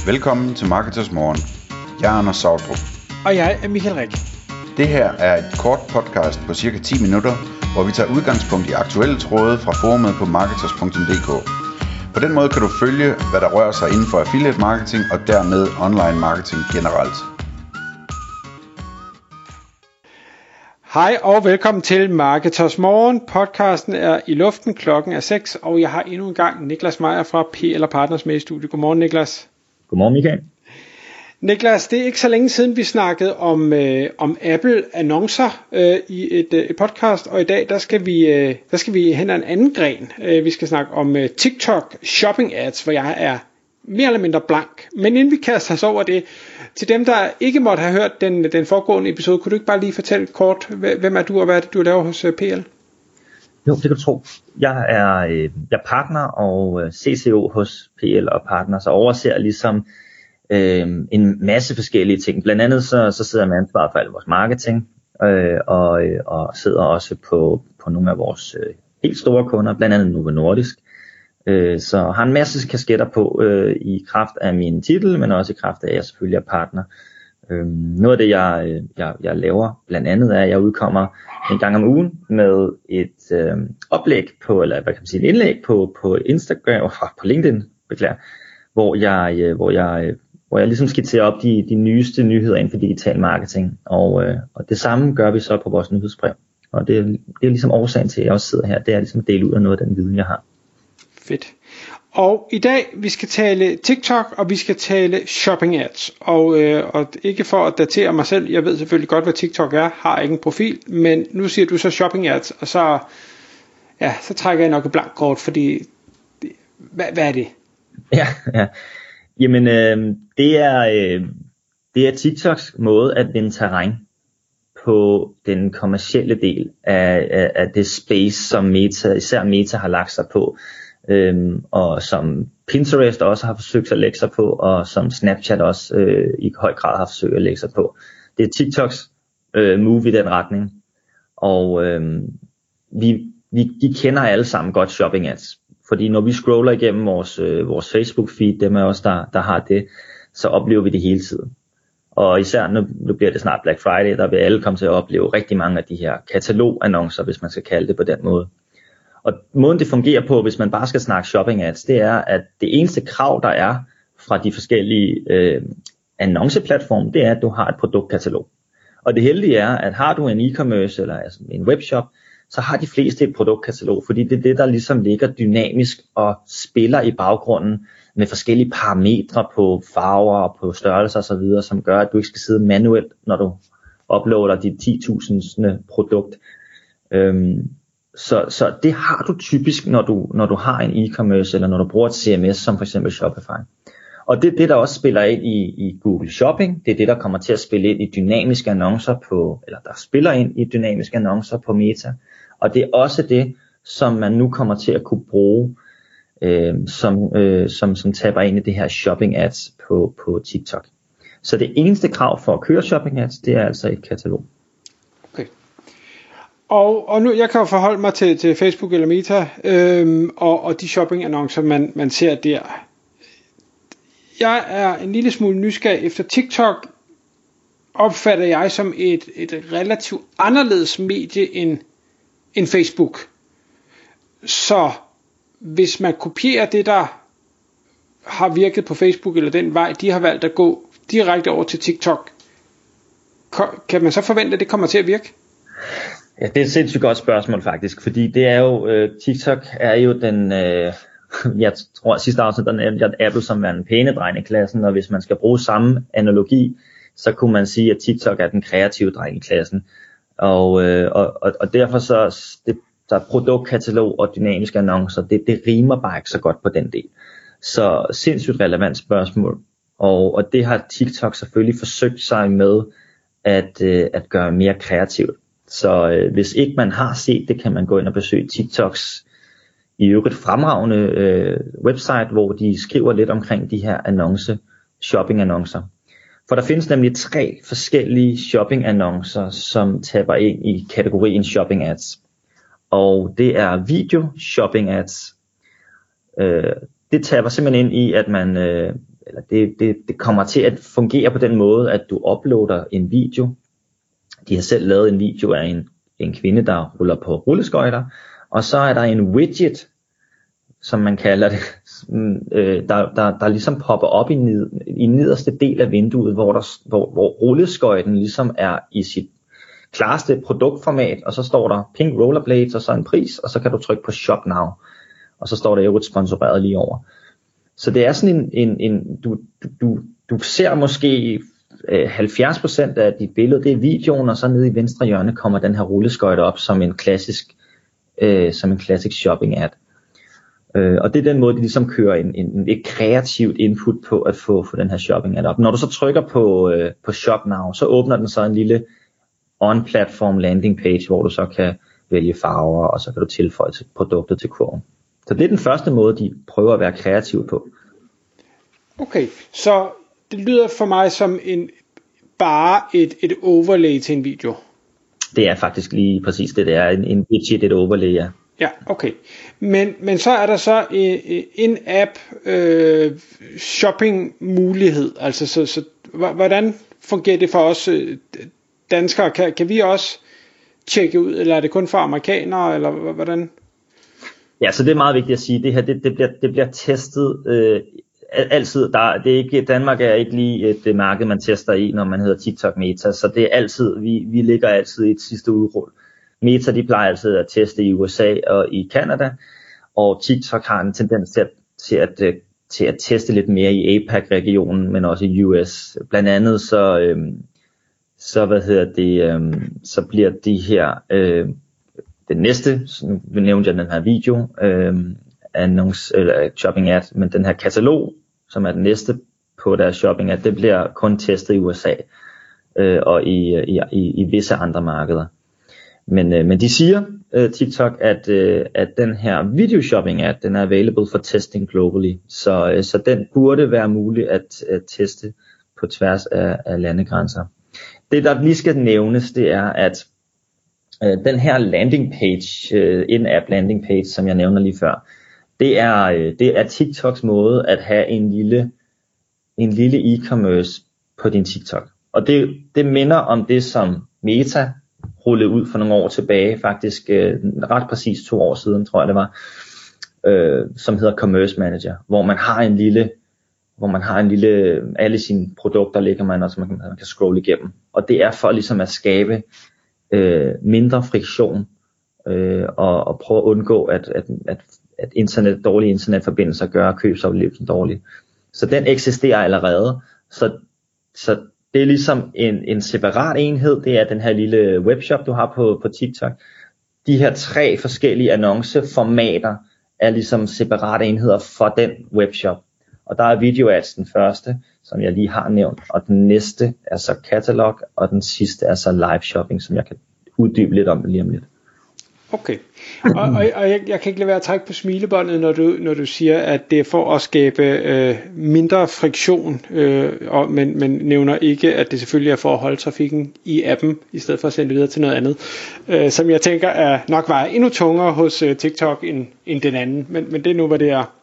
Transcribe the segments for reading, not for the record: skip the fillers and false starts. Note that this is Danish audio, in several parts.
Velkommen til Marketers Morgen. Jeg er Anders Sautrup. Og jeg er Michael Rik. Det her er et kort podcast på cirka 10 minutter, hvor vi tager udgangspunkt i aktuelle tråde fra forumet på marketers.dk. På den måde kan du følge, hvad der rører sig inden for affiliate marketing og dermed online marketing generelt. Hej og velkommen til Marketers Morgen. Podcasten er i luften, klokken er 6, og jeg har endnu en gang Niklas Meyer fra PL Partners med i studiet. Godmorgen, Niklas. Godmorgen, Michael. Niklas, det er ikke så længe siden vi snakkede om Apple-annoncer i et podcast, og i dag der skal vi hen ad en anden gren. Vi skal snakke om TikTok Shopping Ads, hvor jeg er mere eller mindre blank. Men inden vi kaster os over det, til dem der ikke måtte have hørt den foregående episode, kunne du ikke bare lige fortælle kort, hvem er du og hvad er det du laver hos PL? Jo, det kan du tro. Jeg er partner og CCO hos PL og Partners og overser ligesom en masse forskellige ting. Blandt andet så sidder jeg med ansvaret for al vores marketing og sidder også på nogle af vores helt store kunder, blandt andet Novo Nordisk. Så har en masse kasketter på i kraft af min titel, men også i kraft af at jeg selvfølgelig er partner. Noget af det jeg laver blandt andet er at jeg udkommer en gang om ugen med et oplæg på, eller hvad kan man sige, et indlæg på Instagram, på LinkedIn, beklager, hvor jeg ligesom skitserer op de nyeste nyheder inden for digital marketing, og det samme gør vi så på vores nyhedsbrev. Og det er ligesom årsagen til at jeg også sidder her, det er ligesom at dele ud af noget af den viden jeg har. Fedt. Og i dag vi skal tale TikTok, og vi skal tale shopping ads. Og ikke for at datere mig selv, jeg ved selvfølgelig godt hvad TikTok er, har ikke en profil, men nu siger du så shopping ads, og så trækker jeg nok et blankt kort, fordi hvad er det? Ja. Jamen det er TikToks måde at vinde terræn på den kommercielle del af det space, som især Meta har lagt sig på, og som Pinterest også har forsøgt at lægge sig på, og som Snapchat også i høj grad har forsøgt at lægge sig på. Det er TikToks move i den retning, og vi kender alle sammen godt shopping ads, fordi når vi scroller igennem vores Facebook feed, dem er også der har det, så oplever vi det hele tiden. Og især nu bliver det snart Black Friday, der vil alle komme til at opleve rigtig mange af de her katalogannoncer, hvis man skal kalde det på den måde. Og måden det fungerer på, hvis man bare skal snakke shopping ads, det er, at det eneste krav, der er fra de forskellige annonceplatforme, det er, at du har et produktkatalog. Og det heldige er, at har du en e-commerce eller altså en webshop, så har de fleste et produktkatalog, fordi det er det, der ligesom ligger dynamisk og spiller i baggrunden med forskellige parametre på farver og på størrelser osv., som gør, at du ikke skal sidde manuelt, når du uploader dit 10.000. produkt. Så det har du typisk, når du har en e-commerce, eller når du bruger et CMS, som for eksempel Shopify. Og det er det, der også spiller ind i Google Shopping. Det er det, der kommer til at spille ind i dynamiske annoncer der spiller ind i dynamiske annoncer på Meta. Og det er også det, som man nu kommer til at kunne bruge, som taber ind i det her shopping ads på TikTok. Så det eneste krav for at køre shopping ads, det er altså et katalog. Okay. Og nu, jeg kan jo forholde mig til Facebook eller Meta, og de shopping annoncer, man ser der. Jeg er en lille smule nysgerrig efter TikTok, opfatter jeg som et relativt anderledes medie end Facebook. Så hvis man kopierer det, der har virket på Facebook, eller den vej, de har valgt at gå direkte over til TikTok, kan man så forvente, at det kommer til at virke? Ja, det er et sindssygt godt spørgsmål faktisk, fordi det er jo, TikTok er jo den, jeg tror sidste afsnit, der nævnte jeg Apple som værende pæne dreng i klassen, og hvis man skal bruge samme analogi, så kunne man sige, at TikTok er den kreative dreng i klassen. Og derfor så der produktkatalog og dynamiske annoncer, det rimer bare ikke så godt på den del. Så sindssygt relevant spørgsmål, og det har TikTok selvfølgelig forsøgt sig med at gøre mere kreativt. Så hvis ikke man har set det, kan man gå ind og besøge TikToks i øvrigt fremragende website, hvor de skriver lidt omkring de her shopping-annoncer. For der findes nemlig 3 forskellige shopping-annoncer, som taber ind i kategorien shopping ads. Og det er video shopping ads. Det taber simpelthen ind i, at man eller det kommer til at fungere på den måde, at du uploader en video. De har selv lavet en video af en kvinde, der ruller på rulleskøjter, og så er der en widget, som man kalder det, der ligesom popper op i nederste del af vinduet, hvor rulleskøjten ligesom er i sit klareste produktformat, og så står der Pink Rollerblades, og så en pris, og så kan du trykke på Shop Now, og så står der jo et sponsoreret lige over. Så det er sådan du ser måske 70% af dit billede, det er videoen, og så nede i venstre hjørne kommer den her rulleskøjte op som en klassisk shopping ad. Og det er den måde, de ligesom kører et kreativt input på at få den her shopping ad op. Når du så trykker på Shop Now, så åbner den så en lille on-platform landing page, hvor du så kan vælge farver, og så kan du tilføje produktet til kurven. Så det er den første måde, de prøver at være kreative på. Okay, så det lyder for mig som bare et overlay til en video. Det er faktisk lige præcis det, er en widget, et overlay, ja. Ja, okay. Men så er der så en app shopping mulighed. Altså så hvordan fungerer det for os danskere? Kan vi også tjekke ud, eller er det kun for amerikanere, eller hvordan? Ja, så det er meget vigtigt at sige. Det her det bliver testet altid. Det er ikke, Danmark er ikke lige et marked, man tester i, når man hedder TikTok Meta. Så det er altid, vi ligger altid i et sidste udrull. Meta, de plejer altid at teste i USA og i Canada, og TikTok har en tendens til at teste lidt mere i APAC-regionen, men også i US. Blandt andet så bliver de her den næste, nu nævnte jeg den her video, annonce eller shopping ad, men den her katalog, som er den næste på deres shopping ad, det bliver kun testet i USA og i visse andre markeder. Men de siger, TikTok, at den her video shopping ad, den er available for testing globally, så den burde være mulig at teste på tværs af landegrænser. Det der lige skal nævnes, det er, at den her landing page, in-app landing page, som jeg nævner lige før, det er TikToks måde at have en lille e-commerce på din TikTok. Og det minder om det, som Meta rullede ud for nogle år tilbage, faktisk ret præcis 2 år siden, tror jeg det var, som hedder Commerce Manager, hvor man har en lille, alle sine produkter ligger man, og så man kan scrolle igennem. Og det er for ligesom at skabe mindre friktion og prøve at undgå, at dårlige internetforbindelser gør købsoplevelsen dårlig. Så den eksisterer allerede. Så det er ligesom en separat enhed. Det er den her lille webshop, du har på TikTok. De her 3 forskellige annonceformater er ligesom separate enheder for den webshop. Og der er video ads den første, som jeg lige har nævnt, og den næste er så katalog, og den sidste er så live shopping, som jeg kan uddybe lidt om lige om lidt. Okay, og jeg kan ikke lade være at trække på smilebåndet, når du siger, at det er for at skabe mindre friktion, men nævner ikke, at det selvfølgelig er for at holde trafikken i appen, i stedet for at sende det videre til noget andet, som jeg tænker er nok vejer endnu tungere hos TikTok end den anden, men det er nu, hvad det er.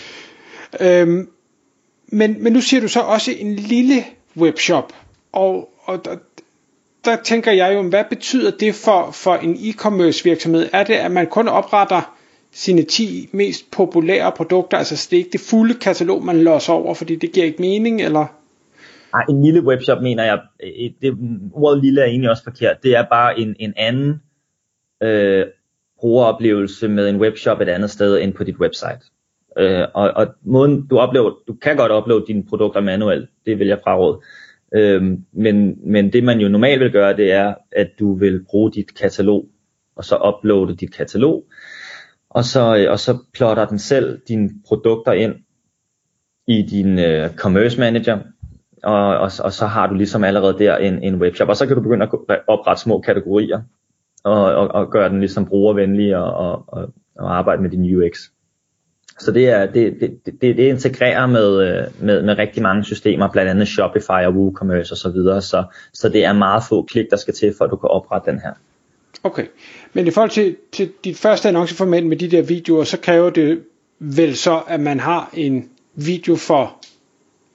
Men nu siger du så også en lille webshop, og der tænker jeg jo, hvad betyder det for en e-commerce virksomhed? Er det, at man kun opretter sine 10 mest populære produkter, altså det er ikke det fulde katalog, man låser over, fordi det giver ikke mening, eller? Nej, en lille webshop mener jeg, ordet lille er egentlig også forkert, det er bare en anden brugeroplevelse med en webshop et andet sted end på dit website. Og måden du kan godt uploade dine produkter manuelt, det vil jeg fraråde. Men det man jo normalt vil gøre, det er, at du vil bruge dit katalog, og så uploade dit katalog, og så plotter den selv dine produkter ind i din Commerce Manager, og så har du ligesom allerede der en webshop, og så kan du begynde at oprette små kategorier, og gøre den ligesom brugervenlig, og arbejde med din UX. Så det integrerer med rigtig mange systemer, blandt andet Shopify og WooCommerce og så videre, så det er meget få klik, der skal til, for at du kan oprette den her. Okay, men i forhold til dit første annonceformat med de der videoer, så kræver det vel så, at man har en video for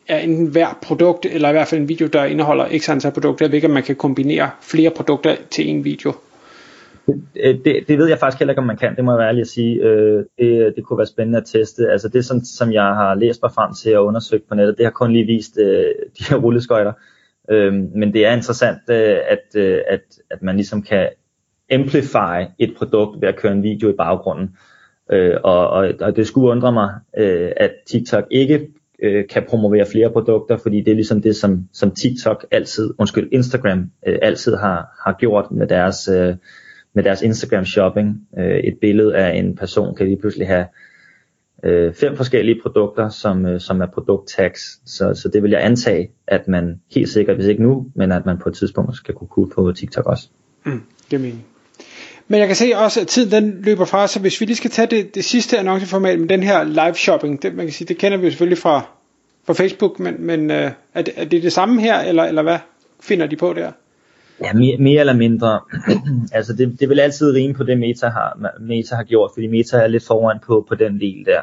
er enten hver produkt, eller i hvert fald en video, der indeholder x antal produkter. Jeg ved ikke, om man kan kombinere flere produkter til en video. Det ved jeg faktisk heller ikke, om man kan. Det må jeg være ærlig at sige. Det kunne være spændende at teste. Altså det, som jeg har læst mig frem til og undersøgt på nettet, det har kun lige vist de her rulleskøjter. Men det er interessant, at man ligesom kan amplify et produkt ved at køre en video i baggrunden. Og det skulle undre mig, at TikTok ikke kan promovere flere produkter, fordi det er ligesom det, som TikTok Instagram altid har gjort med deres Instagram shopping. Et billede af en person kan lige pludselig have 5 forskellige produkter, som er produkttags. Så det vil jeg antage, at man helt sikkert, hvis ikke nu, men at man på et tidspunkt skal kunne på TikTok også. Det er meningen. Men jeg kan se også, at tiden den løber fra, så hvis vi lige skal tage det sidste annonceformat med den her live shopping, man kan sige, det kender vi jo selvfølgelig fra Facebook, men er det samme her, eller hvad finder de på der? Ja, mere eller mindre. Altså det vil altid rime på det Meta har gjort, fordi Meta er lidt foran på den del der.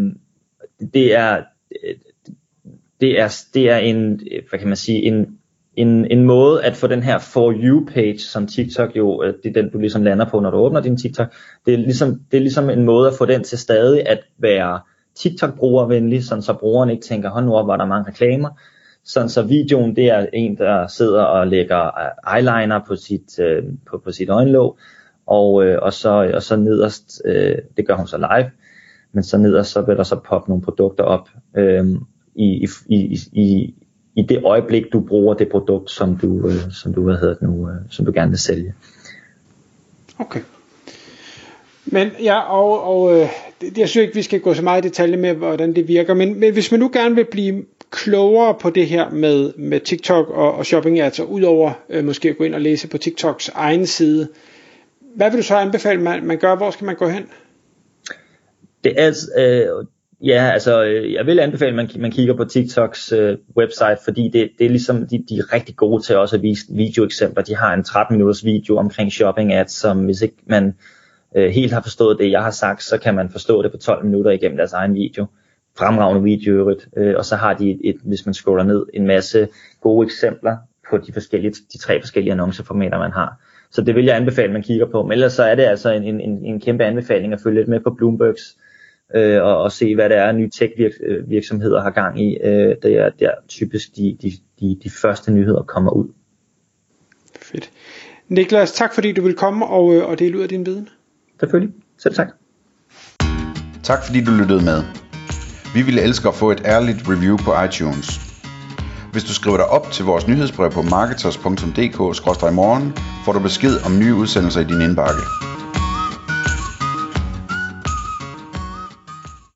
Det er en, hvad kan man sige, en måde at få den her For You page, som TikTok jo, det er den du ligesom lander på, når du åbner din TikTok. Det er ligesom en måde at få den til stadig at være TikTok brugervenlig, sådan så brugeren ikke tænker, hold nu op, var der mange reklamer. Sådan så videoen, det er en, der sidder og lægger eyeliner på sit øjenlåg, og så nederst, det gør hun så live, men så nederst så vil der så poppe nogle produkter op i det øjeblik du bruger det produkt, som du gerne vil sælge. Okay. Men ja, og jeg synes ikke, vi skal gå så meget i detalje med, hvordan det virker, men hvis man nu gerne vil blive klogere på det her med TikTok og shopping ads, og udover måske at gå ind og læse på TikToks egen side, hvad vil du så anbefale, man gør? Hvor skal man gå hen? Det er jeg vil anbefale, at man kigger på TikToks website, fordi det er ligesom, de er rigtig gode til også at vise videoeksempler. De har en 13 minutters video omkring shopping ads, som hvis ikke man helt har forstået det, jeg har sagt, så kan man forstå det på 12 minutter igennem deres egen video. Fremragende video i øvrigt. Og så har de, hvis man scroller ned, en masse gode eksempler på de 3 forskellige annonceformater, man har. Så det vil jeg anbefale, at man kigger på. Men ellers så er det altså en kæmpe anbefaling at følge lidt med på Bloombergs, og se, hvad der er nye tech-virksomheder har gang i. Det er der typisk de første nyheder kommer ud. Fedt. Niklas, tak fordi du vil komme og dele ud af din viden. Selvfølgelig. Selv tak. Tak fordi du lyttede med. Vi ville elske at få et ærligt review på iTunes. Hvis du skriver dig op til vores nyhedsbrev på marketers.dk/morgen, får du besked om nye udsendelser i din indbakke.